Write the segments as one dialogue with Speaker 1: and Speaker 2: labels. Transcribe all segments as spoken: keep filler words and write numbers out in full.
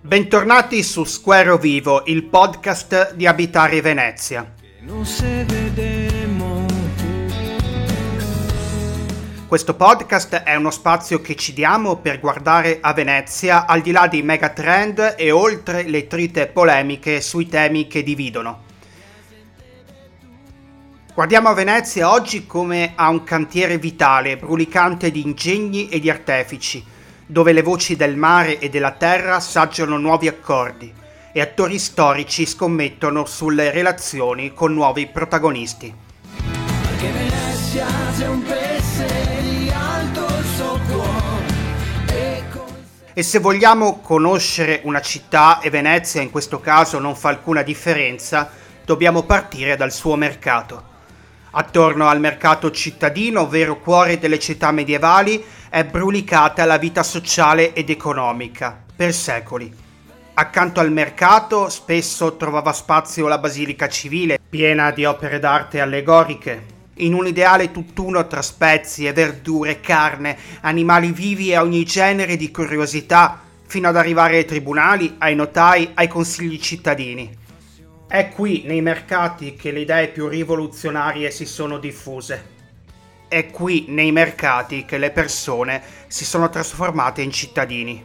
Speaker 1: Bentornati su Squero Vivo, il podcast di Abitare Venezia. Questo podcast è uno spazio che ci diamo per guardare a Venezia al di là dei megatrend e oltre le trite polemiche sui temi che dividono. Guardiamo a Venezia oggi come a un cantiere vitale, brulicante di ingegni e di artefici, dove le voci del mare e della terra saggiano nuovi accordi e attori storici scommettono sulle relazioni con nuovi protagonisti. Perché Venezia c'è un pezzo di alto il suo cuore. E se vogliamo conoscere una città, e Venezia in questo caso non fa alcuna differenza, dobbiamo partire dal suo mercato. Attorno al mercato cittadino, vero cuore delle città medievali, è brulicata la vita sociale ed economica, per secoli. Accanto al mercato spesso trovava spazio la basilica civile, piena di opere d'arte allegoriche, in un ideale tutt'uno tra spezie, verdure, carne, animali vivi e ogni genere di curiosità, fino ad arrivare ai tribunali, ai notai, ai consigli cittadini. È qui, nei mercati, che le idee più rivoluzionarie si sono diffuse. È qui, nei mercati, che le persone si sono trasformate in cittadini.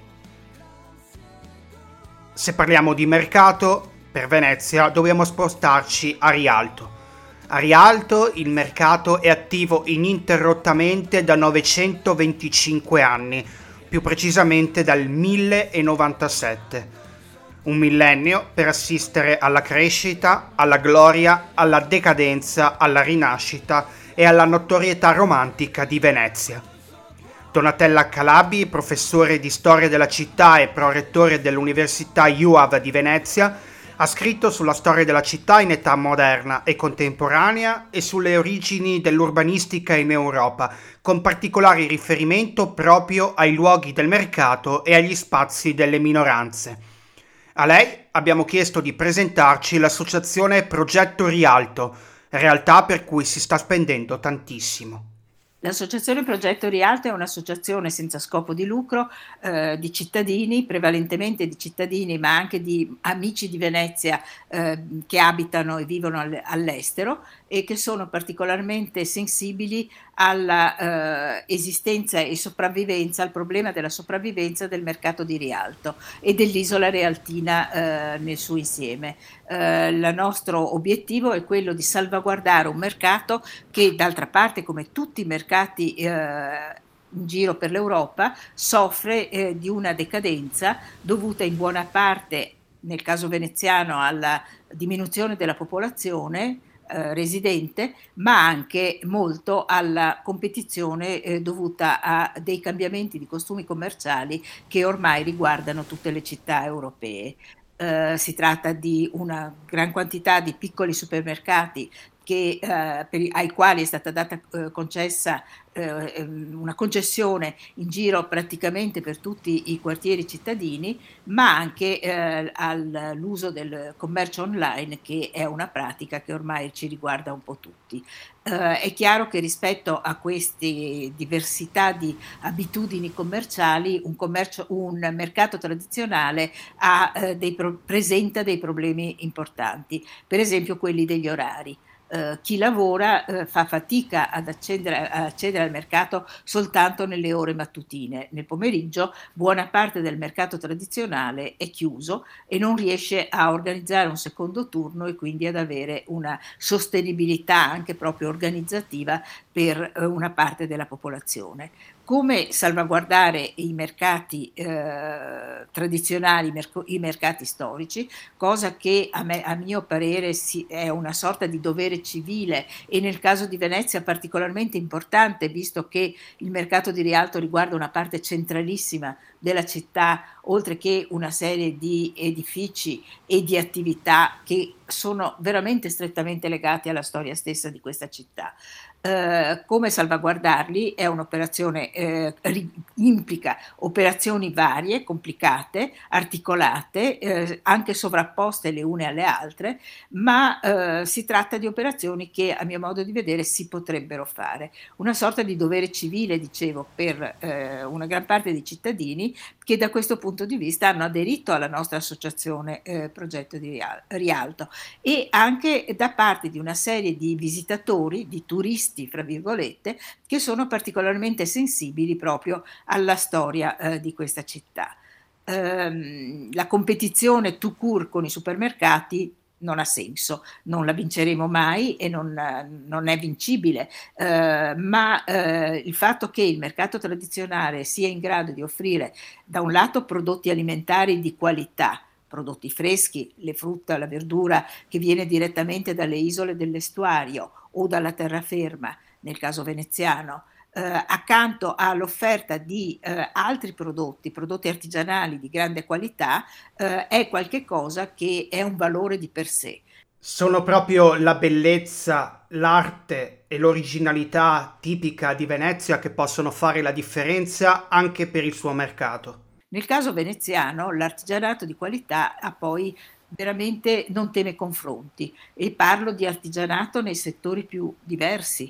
Speaker 1: Se parliamo di mercato, per Venezia dobbiamo spostarci a Rialto. A Rialto il mercato è attivo ininterrottamente da novecentoventicinque anni, più precisamente dal millenovantasette. Un millennio per assistere alla crescita, alla gloria, alla decadenza, alla rinascita e alla notorietà romantica di Venezia. Donatella Calabi, professore di storia della città e prorettore dell'Università U A V di Venezia, ha scritto sulla storia della città in età moderna e contemporanea e sulle origini dell'urbanistica in Europa, con particolare riferimento proprio ai luoghi del mercato e agli spazi delle minoranze. A lei abbiamo chiesto di presentarci l'associazione Progetto Rialto, realtà per cui si sta spendendo tantissimo.
Speaker 2: L'associazione Progetto Rialto è un'associazione senza scopo di lucro eh, di cittadini, prevalentemente di cittadini, ma anche di amici di Venezia eh, che abitano e vivono all'estero e che sono particolarmente sensibili alla eh, esistenza e sopravvivenza, al problema della sopravvivenza del mercato di Rialto e dell'isola rialtina eh, nel suo insieme. Eh, il nostro obiettivo è quello di salvaguardare un mercato che, d'altra parte, come tutti i mercati eh, in giro per l'Europa, soffre eh, di una decadenza dovuta in buona parte, nel caso veneziano, alla diminuzione della popolazione eh, residente, ma anche molto alla competizione eh, dovuta a dei cambiamenti di costumi commerciali che ormai riguardano tutte le città europee. Uh, si tratta di una gran quantità di piccoli supermercati che, uh, per, ai quali è stata data uh, concessa uh, una concessione in giro praticamente per tutti i quartieri cittadini, ma anche uh, all'uso del commercio online, che è una pratica che ormai ci riguarda un po' tutti. Uh, è chiaro che rispetto a queste diversità di abitudini commerciali, un, commercio, un mercato tradizionale ha, uh, dei pro- presenta dei problemi importanti, per esempio quelli degli orari. Uh, chi lavora uh, fa fatica ad accedere, ad accedere al mercato soltanto nelle ore mattutine. Nel pomeriggio buona parte del mercato tradizionale è chiuso e non riesce a organizzare un secondo turno e quindi ad avere una sostenibilità anche proprio organizzativa per uh, una parte della popolazione. Come salvaguardare i mercati eh, tradizionali, i, merc- i mercati storici, cosa che a, me, a mio parere si, è una sorta di dovere civile e nel caso di Venezia particolarmente importante, visto che il mercato di Rialto riguarda una parte centralissima della città, oltre che una serie di edifici e di attività che sono veramente strettamente legate alla storia stessa di questa città. Uh, come salvaguardarli è un'operazione, eh, ri- implica operazioni varie, complicate, articolate, eh, anche sovrapposte le une alle altre, ma eh, si tratta di operazioni che a mio modo di vedere si potrebbero fare. Una sorta di dovere civile, dicevo, per eh, una gran parte dei cittadini che da questo punto punto di vista hanno aderito alla nostra associazione eh, Progetto di Rialto, e anche da parte di una serie di visitatori, di turisti, fra virgolette, che sono particolarmente sensibili proprio alla storia eh, di questa città. Ehm, la competizione tout court con i supermercati non ha senso, non la vinceremo mai e non, non è vincibile, eh, ma eh, il fatto che il mercato tradizionale sia in grado di offrire da un lato prodotti alimentari di qualità, prodotti freschi, le frutta, la verdura che viene direttamente dalle isole dell'estuario o dalla terraferma, nel caso veneziano, eh, accanto all'offerta di eh, altri prodotti, prodotti artigianali di grande qualità, eh, è qualcosa che è un valore di per sé.
Speaker 1: Sono proprio la bellezza, l'arte e l'originalità tipica di Venezia che possono fare la differenza anche per il suo mercato.
Speaker 2: Nel caso veneziano, l'artigianato di qualità ha poi veramente non teme confronti, e parlo di artigianato nei settori più diversi,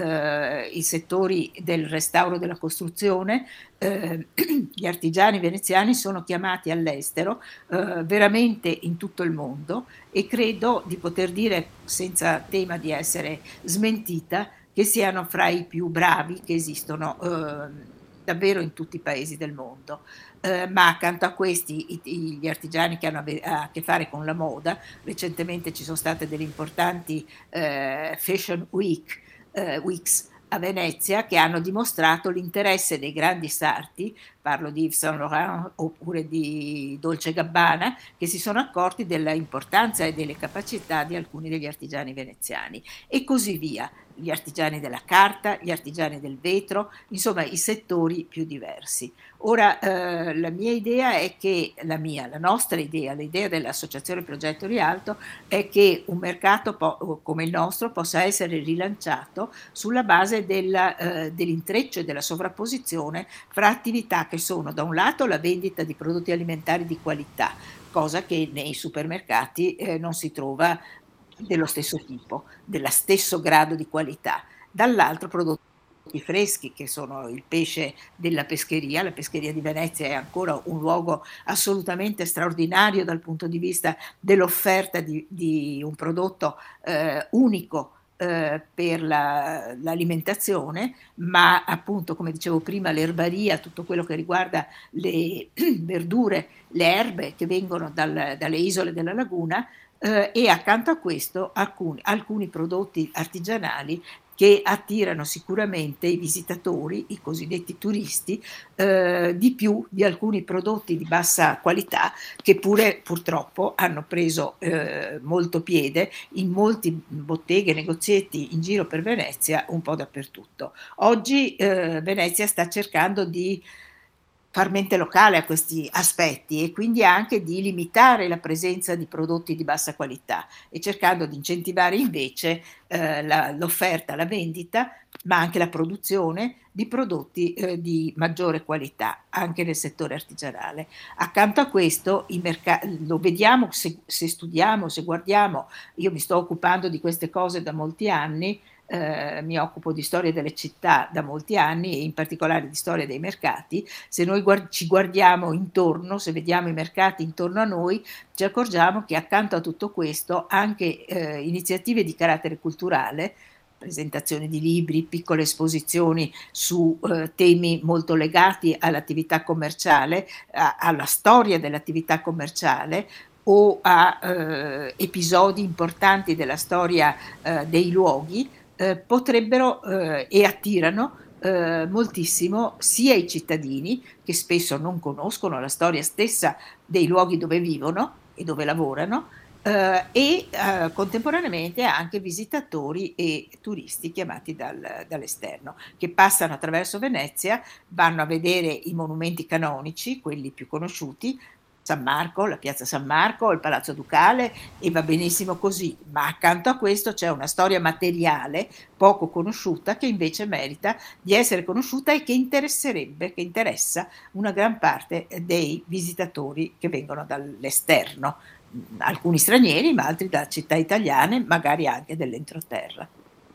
Speaker 2: eh, i settori del restauro della costruzione. Eh, gli artigiani veneziani sono chiamati all'estero, eh, veramente in tutto il mondo, e credo di poter dire, senza tema di essere smentita, che siano fra i più bravi che esistono eh, davvero in tutti i paesi del mondo. Eh, ma accanto a questi i, i, gli artigiani che hanno a, a che fare con la moda, recentemente ci sono state delle importanti eh, Fashion Week, eh, Weeks a Venezia, che hanno dimostrato l'interesse dei grandi sarti, parlo di Yves Saint Laurent oppure di Dolce Gabbana, che si sono accorti della importanza e delle capacità di alcuni degli artigiani veneziani, e così via. Gli artigiani della carta, gli artigiani del vetro, insomma i settori più diversi. Ora, eh, la mia idea è che, la mia, la nostra idea, l'idea dell'Associazione Progetto Rialto è che un mercato po- come il nostro possa essere rilanciato sulla base della, eh, dell'intreccio e della sovrapposizione fra attività che sono da un lato la vendita di prodotti alimentari di qualità, cosa che nei supermercati eh, non si trova dello stesso tipo, dello stesso grado di qualità, dall'altro prodotti freschi che sono il pesce della pescheria. La pescheria di Venezia è ancora un luogo assolutamente straordinario dal punto di vista dell'offerta di, di un prodotto eh, unico eh, per la, l'alimentazione, ma appunto, come dicevo prima, l'erbaria, tutto quello che riguarda le verdure, le erbe che vengono dal, dalle isole della laguna, eh, e accanto a questo alcuni, alcuni prodotti artigianali che attirano sicuramente i visitatori, i cosiddetti turisti, eh, di più di alcuni prodotti di bassa qualità che pure purtroppo hanno preso eh, molto piede in molti botteghe, negozietti in giro per Venezia, un po' dappertutto. Oggi eh, Venezia sta cercando di far mente locale a questi aspetti, e quindi anche di limitare la presenza di prodotti di bassa qualità, e cercando di incentivare invece eh, la, l'offerta, la vendita, ma anche la produzione di prodotti eh, di maggiore qualità anche nel settore artigianale. Accanto a questo i merc- lo vediamo se, se studiamo, se guardiamo. Io mi sto occupando di queste cose da molti anni. Eh, mi occupo di storia delle città da molti anni, e in particolare di storia dei mercati. Se noi guard- ci guardiamo intorno, se vediamo i mercati intorno a noi, ci accorgiamo che accanto a tutto questo anche eh, iniziative di carattere culturale, presentazioni di libri, piccole esposizioni su eh, temi molto legati all'attività commerciale, a- alla storia dell'attività commerciale, o a eh, episodi importanti della storia eh, dei luoghi, eh, potrebbero eh, e attirano eh, moltissimo sia i cittadini, che spesso non conoscono la storia stessa dei luoghi dove vivono e dove lavorano, eh, e eh, contemporaneamente anche visitatori e turisti chiamati dal, dall'esterno, che passano attraverso Venezia, vanno a vedere i monumenti canonici, quelli più conosciuti, San Marco, la piazza San Marco, il Palazzo Ducale, e va benissimo così, ma accanto a questo c'è una storia materiale poco conosciuta, che invece merita di essere conosciuta e che interesserebbe, che interessa una gran parte dei visitatori che vengono dall'esterno, alcuni stranieri, ma altri da città italiane, magari anche dell'entroterra.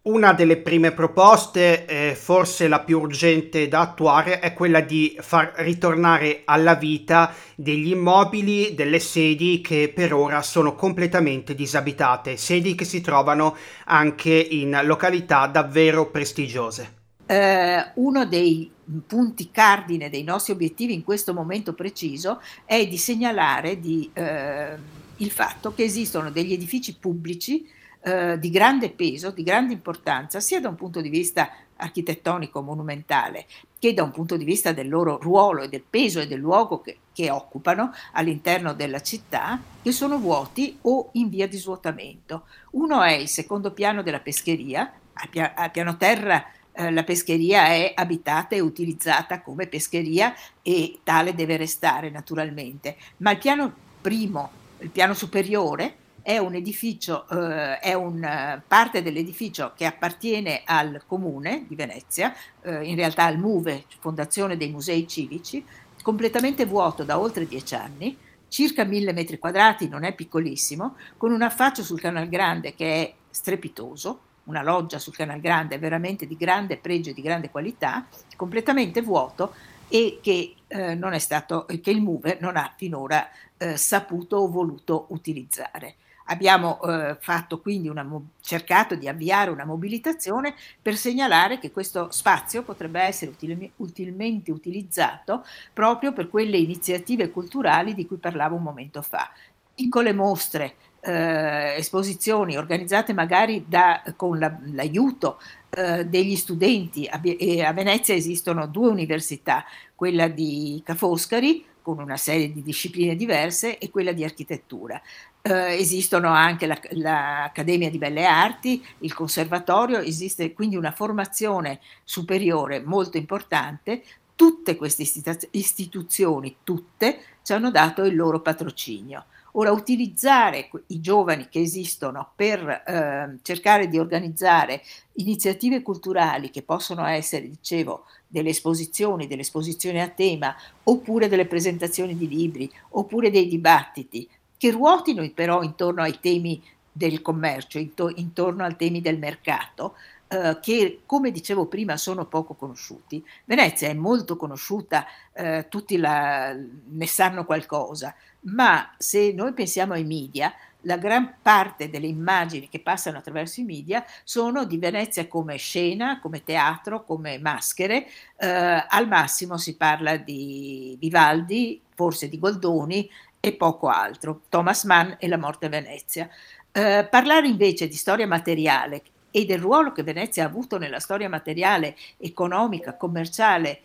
Speaker 1: Una delle prime proposte, eh, forse la più urgente da attuare, è quella di far ritornare alla vita degli immobili, delle sedi che per ora sono completamente disabitate, sedi che si trovano anche in località davvero prestigiose.
Speaker 2: Eh, uno dei punti cardine dei nostri obiettivi in questo momento preciso è di segnalare di, eh, il fatto che esistono degli edifici pubblici eh, di grande peso, di grande importanza, sia da un punto di vista architettonico monumentale che da un punto di vista del loro ruolo e del peso e del luogo che, che occupano all'interno della città, che sono vuoti o in via di svuotamento. Uno è il secondo piano della pescheria, al, pia- al piano terra eh, la pescheria è abitata e utilizzata come pescheria e tale deve restare naturalmente, ma il piano primo, il piano superiore, è un edificio, eh, è un, eh, parte dell'edificio che appartiene al comune di Venezia, eh, in realtà al MUVE, Fondazione dei Musei Civici, completamente vuoto da oltre dieci anni, circa mille metri quadrati, non è piccolissimo, con un affaccio sul Canal Grande che è strepitoso, una loggia sul Canal Grande veramente di grande pregio e di grande qualità, completamente vuoto e che, eh, non è stato, che il MUVE non ha finora eh, saputo o voluto utilizzare. Abbiamo eh, fatto quindi una, cercato di avviare una mobilitazione per segnalare che questo spazio potrebbe essere util, utilmente utilizzato proprio per quelle iniziative culturali di cui parlavo un momento fa. Piccole mostre, eh, esposizioni organizzate magari da, con la, l'aiuto eh, degli studenti. A, a Venezia esistono due università, quella di Ca' Foscari con una serie di discipline diverse e quella di architettura. Eh, esistono anche la, l'Accademia di Belle Arti, il Conservatorio, esiste quindi una formazione superiore molto importante. Tutte queste istituzioni, tutte, ci hanno dato il loro patrocinio. Ora, utilizzare i giovani che esistono per eh, cercare di organizzare iniziative culturali che possono essere, dicevo, delle esposizioni, delle esposizioni a tema, oppure delle presentazioni di libri, oppure dei dibattiti, che ruotino però intorno ai temi del commercio, intorno ai temi del mercato, eh, che come dicevo prima sono poco conosciuti. Venezia è molto conosciuta, eh, tutti la, ne sanno qualcosa, ma se noi pensiamo ai media, la gran parte delle immagini che passano attraverso i media sono di Venezia come scena, come teatro, come maschere. Eh, al massimo si parla di Vivaldi, forse di Goldoni e poco altro, Thomas Mann e la morte a Venezia. Eh, parlare invece di storia materiale e del ruolo che Venezia ha avuto nella storia materiale, economica, commerciale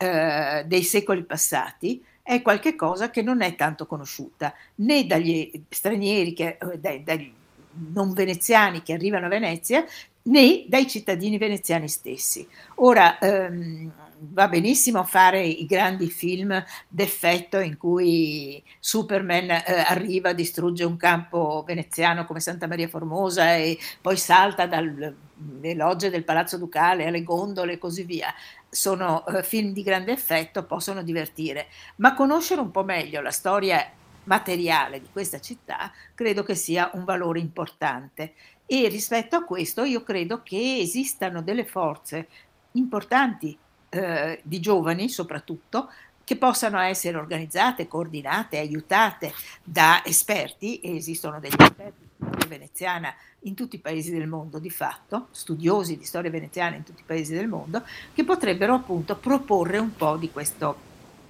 Speaker 2: eh, dei secoli passati, è qualcosa che non è tanto conosciuta né dagli stranieri, che, eh, dai, dagli non veneziani che arrivano a Venezia, né dai cittadini veneziani stessi. Ora, ehm, va benissimo fare i grandi film d'effetto in cui Superman eh, arriva, distrugge un campo veneziano come Santa Maria Formosa e poi salta dalle logge del Palazzo Ducale alle gondole e così via. Sono eh, film di grande effetto, possono divertire, ma conoscere un po' meglio la storia materiale di questa città credo che sia un valore importante. E rispetto a questo io credo che esistano delle forze importanti eh, di giovani soprattutto che possano essere organizzate, coordinate, aiutate da esperti, e esistono degli esperti di storia veneziana in tutti i paesi del mondo di fatto, studiosi di storia veneziana in tutti i paesi del mondo, che potrebbero appunto proporre un po' di questo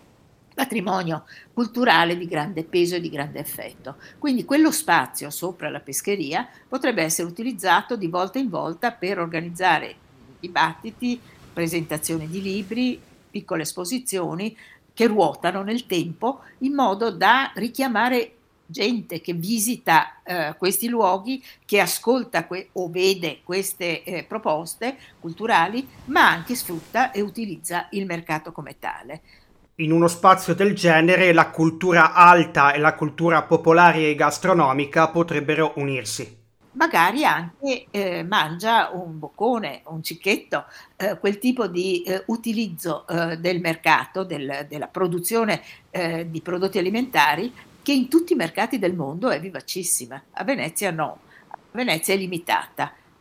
Speaker 2: patrimonio culturale di grande peso e di grande effetto. Quindi quello spazio sopra la pescheria potrebbe essere utilizzato di volta in volta per organizzare dibattiti, presentazioni di libri, piccole esposizioni che ruotano nel tempo in modo da richiamare gente che visita eh, questi luoghi, che ascolta que- o vede queste eh, proposte culturali, ma anche sfrutta e utilizza il mercato come tale.
Speaker 1: In uno spazio del genere la cultura alta e la cultura popolare e gastronomica potrebbero unirsi.
Speaker 2: Magari anche eh, mangia un boccone, un cicchetto, eh, quel tipo di eh, utilizzo eh, del mercato, del- della produzione eh, di prodotti alimentari, che in tutti i mercati del mondo è vivacissima. A Venezia no, a Venezia è limitata.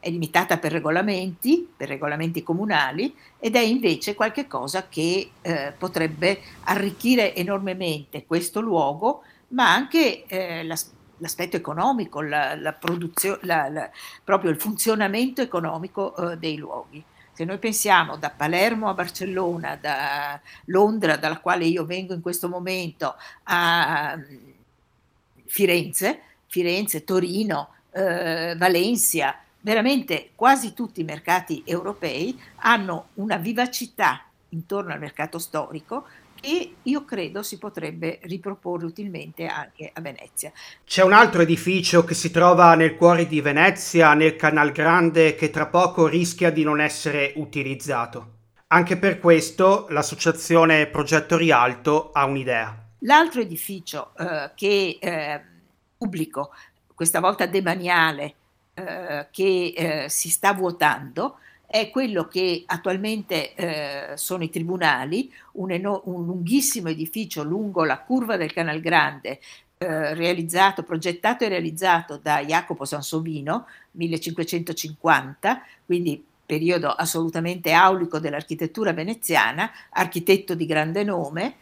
Speaker 2: è limitata per regolamenti, per regolamenti comunali, ed è invece qualche cosa che eh, potrebbe arricchire enormemente questo luogo, ma anche eh, l'as- l'aspetto economico, la, la produzione, la- la- proprio il funzionamento economico eh, dei luoghi. Se noi pensiamo da Palermo a Barcellona, da Londra, dalla quale io vengo in questo momento, a mm, Firenze, Firenze, Torino, eh, Valencia, veramente quasi tutti i mercati europei hanno una vivacità intorno al mercato storico che io credo si potrebbe riproporre utilmente anche a Venezia.
Speaker 1: C'è un altro edificio che si trova nel cuore di Venezia, nel Canal Grande, che tra poco rischia di non essere utilizzato. Anche per questo l'associazione Progetto Rialto ha un'idea.
Speaker 2: L'altro edificio eh, che eh, pubblico, questa volta demaniale, eh, che eh, si sta vuotando, è quello che attualmente eh, sono i tribunali, un, eno- un lunghissimo edificio lungo la curva del Canal Grande, eh, realizzato, progettato e realizzato da Jacopo Sansovino, millecinquecentocinquanta, quindi periodo assolutamente aulico dell'architettura veneziana, architetto di grande nome,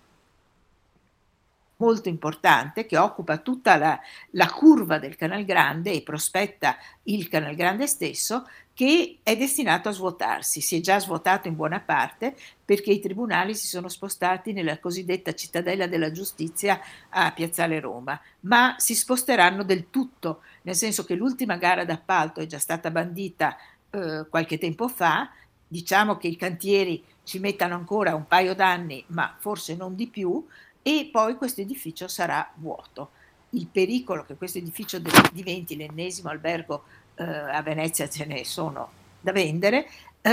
Speaker 2: molto importante che occupa tutta la, la curva del Canal Grande e prospetta il Canal Grande stesso, che è destinato a svuotarsi. Si è già svuotato in buona parte perché i tribunali si sono spostati nella cosiddetta cittadella della giustizia a Piazzale Roma, ma si sposteranno del tutto, nel senso che l'ultima gara d'appalto è già stata bandita eh, qualche tempo fa. Diciamo che i cantieri ci mettano ancora un paio d'anni, ma forse non di più, e poi questo edificio sarà vuoto. Il pericolo che questo edificio diventi l'ennesimo albergo eh, a Venezia, ce ne sono da vendere,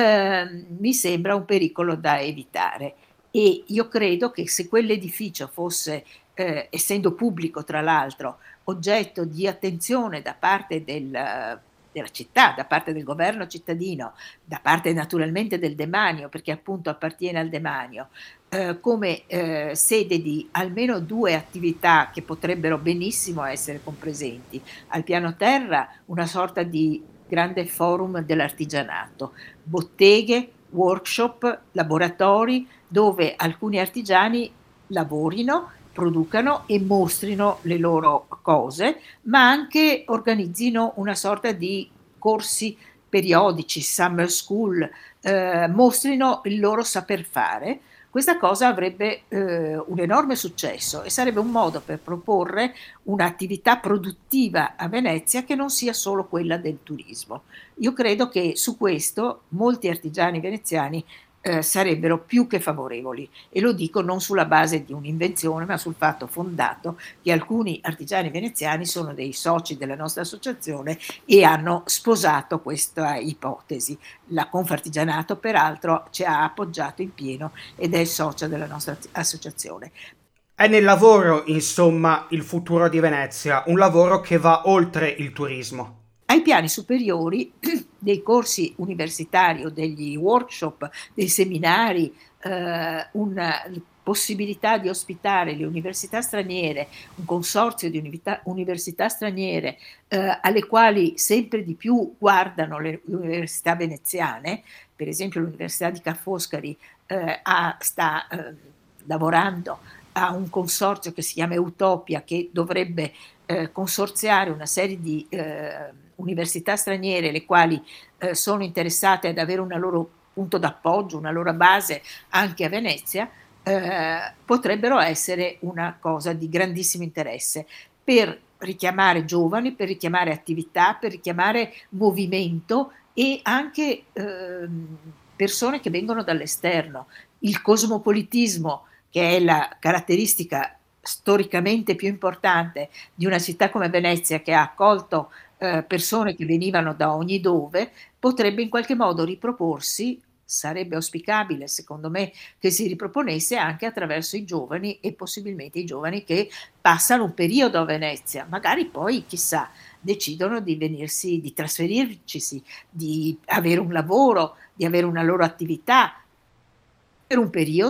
Speaker 2: eh, mi sembra un pericolo da evitare. E io credo che se quell'edificio fosse, eh, essendo pubblico tra l'altro, oggetto di attenzione da parte del, della città, da parte del governo cittadino, da parte naturalmente del demanio, perché appunto appartiene al demanio, eh, come eh, sede di almeno due attività che potrebbero benissimo essere compresenti. Al piano terra una sorta di grande forum dell'artigianato, botteghe, workshop, laboratori dove alcuni artigiani lavorino, producano e mostrino le loro cose, ma anche organizzino una sorta di corsi periodici, summer school, eh, mostrino il loro saper fare. Questa cosa avrebbe eh, un enorme successo e sarebbe un modo per proporre un'attività produttiva a Venezia che non sia solo quella del turismo. Io credo che su questo molti artigiani veneziani eh, sarebbero più che favorevoli, e lo dico non sulla base di un'invenzione, ma sul fatto fondato che alcuni artigiani veneziani sono dei soci della nostra associazione e hanno sposato questa ipotesi. La Confartigianato peraltro ci ha appoggiato in pieno ed è socia della nostra associazione.
Speaker 1: È nel lavoro, insomma, il futuro di Venezia, un lavoro che va oltre il turismo.
Speaker 2: Ai piani superiori dei corsi universitari o degli workshop, dei seminari, eh, una possibilità di ospitare le università straniere, un consorzio di università, università straniere eh, alle quali sempre di più guardano le università veneziane. Per esempio l'Università di Ca' Foscari eh, ha, sta eh, lavorando a un consorzio che si chiama Utopia, che dovrebbe eh, consorziare una serie di eh, università straniere le quali eh, sono interessate ad avere una loro punto d'appoggio, una loro base anche a Venezia, eh, potrebbero essere una cosa di grandissimo interesse per richiamare giovani, per richiamare attività, per richiamare movimento e anche eh, persone che vengono dall'esterno. Il cosmopolitismo, che è la caratteristica storicamente più importante di una città come Venezia, che ha accolto eh, persone che venivano da ogni dove, potrebbe in qualche modo riproporsi. Sarebbe auspicabile, secondo me, che si riproponesse anche attraverso i giovani, e possibilmente i giovani che passano un periodo a Venezia, magari poi, chissà, decidono di venirsi, di trasferircisi, di avere un lavoro, di avere una loro attività per un periodo,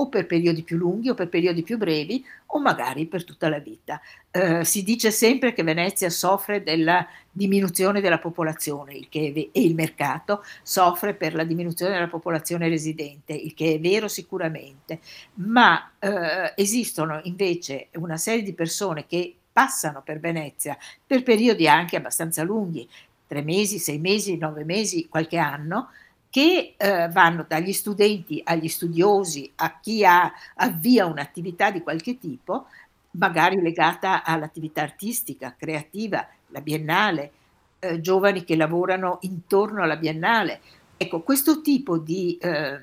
Speaker 2: o per periodi più lunghi o per periodi più brevi o magari per tutta la vita. Eh, si dice sempre che Venezia soffre della diminuzione della popolazione, il che è ve- e il mercato soffre per la diminuzione della popolazione residente, il che è vero sicuramente, ma eh, esistono invece una serie di persone che passano per Venezia per periodi anche abbastanza lunghi, tre mesi, sei mesi, nove mesi, qualche anno, che eh, vanno dagli studenti agli studiosi, a chi ha, avvia un'attività di qualche tipo, magari legata all'attività artistica, creativa, la biennale, eh, giovani che lavorano intorno alla biennale. Ecco, questo tipo di eh,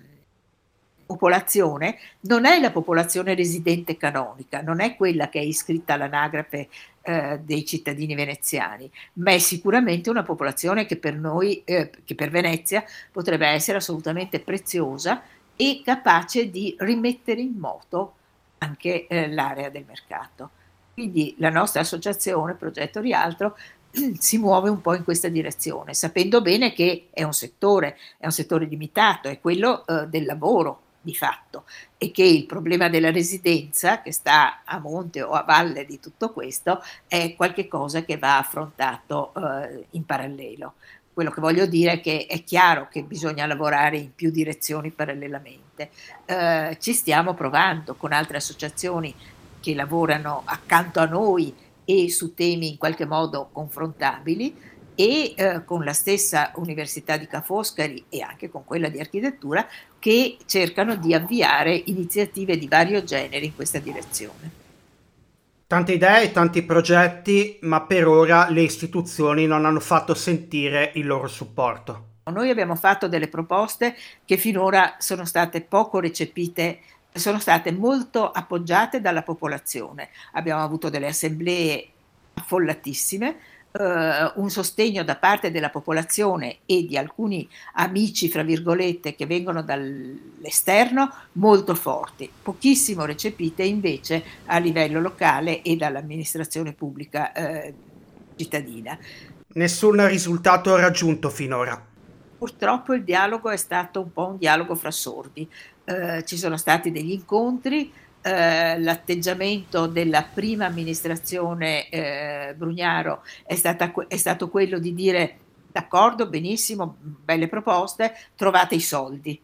Speaker 2: popolazione non è la popolazione residente canonica, non è quella che è iscritta all'anagrafe eh, dei cittadini veneziani, ma è sicuramente una popolazione che per noi, eh, che per Venezia potrebbe essere assolutamente preziosa e capace di rimettere in moto anche eh, l'area del mercato. Quindi la nostra associazione, Progetto Rialtro, si muove un po' in questa direzione, sapendo bene che è un settore, è un settore limitato, è quello eh, del lavoro di fatto, e che il problema della residenza, che sta a monte o a valle di tutto questo, è qualcosa che va affrontato eh, in parallelo. Quello che voglio dire è che è chiaro che bisogna lavorare in più direzioni parallelamente. Eh, ci stiamo provando con altre associazioni che lavorano accanto a noi e su temi in qualche modo confrontabili, e eh, con la stessa Università di Ca' Foscari e anche con quella di architettura, che cercano di avviare iniziative di vario genere in questa direzione.
Speaker 1: Tante idee, tanti progetti, ma per ora le istituzioni non hanno fatto sentire il loro supporto.
Speaker 2: Noi abbiamo fatto delle proposte che finora sono state poco recepite, sono state molto appoggiate dalla popolazione. Abbiamo avuto delle assemblee affollatissime, eh, un sostegno da parte della popolazione e di alcuni amici, fra virgolette, che vengono dall'esterno, molto forti, pochissimo recepite invece a livello locale e dall'amministrazione pubblica eh, cittadina.
Speaker 1: Nessun risultato raggiunto finora.
Speaker 2: Purtroppo il dialogo è stato un po' un dialogo fra sordi. Eh, ci sono stati degli incontri, eh, l'atteggiamento della prima amministrazione eh, Brugnaro è, stata, è stato quello di dire d'accordo, benissimo, belle proposte, trovate i soldi.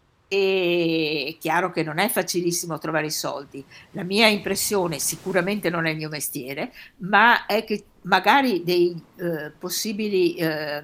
Speaker 2: E è chiaro che non è facilissimo trovare i soldi. La mia impressione, sicuramente non è il mio mestiere, ma è che magari dei eh, possibili eh,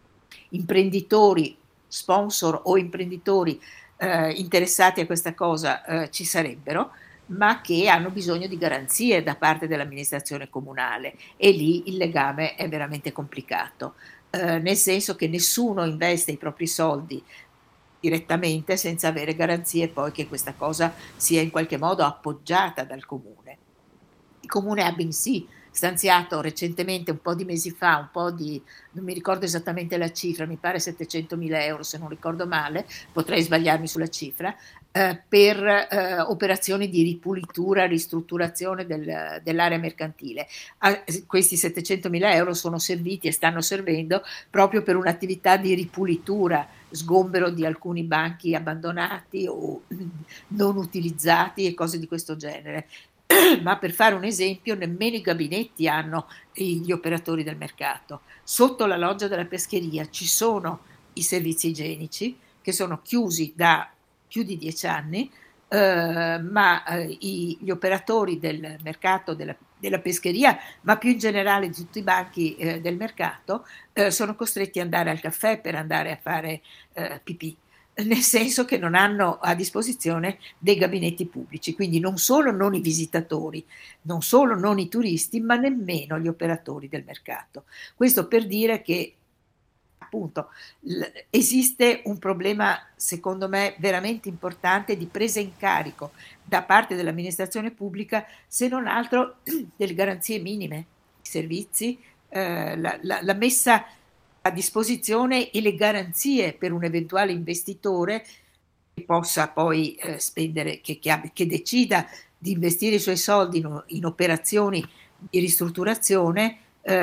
Speaker 2: imprenditori, sponsor o imprenditori eh, interessati a questa cosa eh, ci sarebbero, ma che hanno bisogno di garanzie da parte dell'amministrazione comunale, e lì il legame è veramente complicato, eh, nel senso che nessuno investe i propri soldi direttamente senza avere garanzie poi che questa cosa sia in qualche modo appoggiata dal comune. Il comune ha bensì stanziato recentemente, un po' di mesi fa, un po' di, non mi ricordo esattamente la cifra, mi pare settecentomila euro se non ricordo male, potrei sbagliarmi sulla cifra, eh, per eh, operazioni di ripulitura, ristrutturazione del, dell'area mercantile. Ah, questi settecentomila euro sono serviti e stanno servendo proprio per un'attività di ripulitura, sgombero di alcuni banchi abbandonati o non utilizzati e cose di questo genere. Ma per fare un esempio, nemmeno i gabinetti hanno gli operatori del mercato. Sotto la loggia della pescheria ci sono i servizi igienici che sono chiusi da più di dieci anni, eh, ma eh, i, gli operatori del mercato della, della pescheria, ma più in generale di tutti i banchi eh, del mercato, eh, sono costretti ad andare al caffè per andare a fare eh, pipì, nel senso che non hanno a disposizione dei gabinetti pubblici, quindi non solo non i visitatori, non solo non i turisti, ma nemmeno gli operatori del mercato. Questo per dire che appunto l- esiste un problema, secondo me, veramente importante di presa in carico da parte dell'amministrazione pubblica, se non altro delle garanzie minime, i servizi, eh, la, la, la messa a disposizione e le garanzie per un eventuale investitore che possa poi eh, spendere, che, che, abbia- che decida di investire i suoi soldi in, in operazioni di ristrutturazione,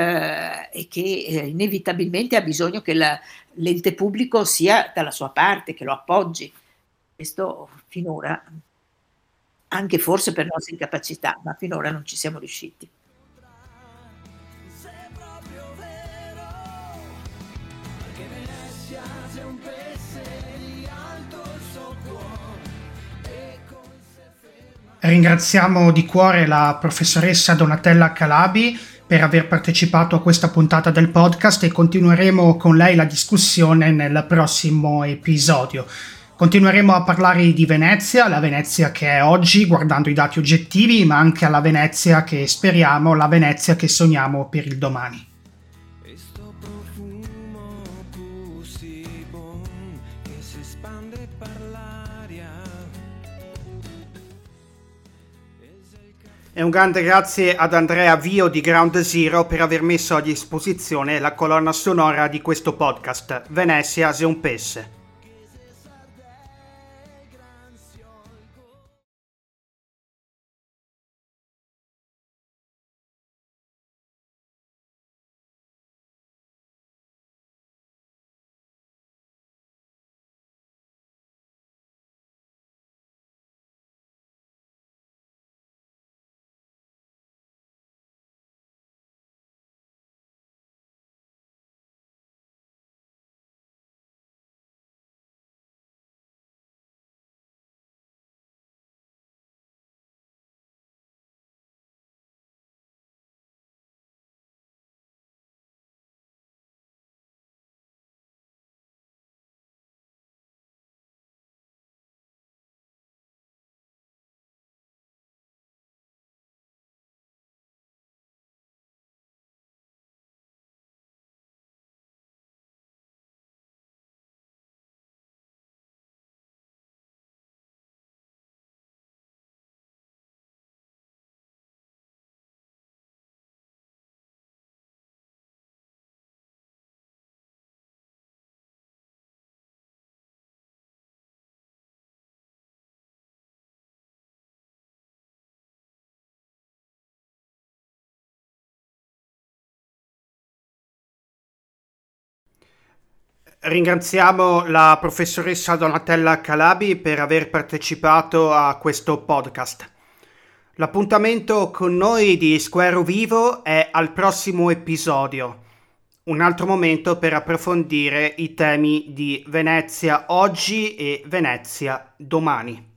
Speaker 2: eh, e che eh, inevitabilmente ha bisogno che la- l'ente pubblico sia dalla sua parte, che lo appoggi. Questo finora. anche forse per nostra incapacità, ma finora non ci siamo riusciti.
Speaker 1: Ringraziamo di cuore la professoressa Donatella Calabi per aver partecipato a questa puntata del podcast e continueremo con lei la discussione nel prossimo episodio. Continueremo a parlare di Venezia, la Venezia che è oggi, guardando i dati oggettivi, ma anche alla Venezia che speriamo, la Venezia che sogniamo per il domani. E un grande grazie ad Andrea Vio di Ground Zero per aver messo a disposizione la colonna sonora di questo podcast, Venezia è un pesse. Ringraziamo la professoressa Donatella Calabi per aver partecipato a questo podcast. L'appuntamento con noi di Square Vivo è al prossimo episodio, un altro momento per approfondire i temi di Venezia oggi e Venezia domani.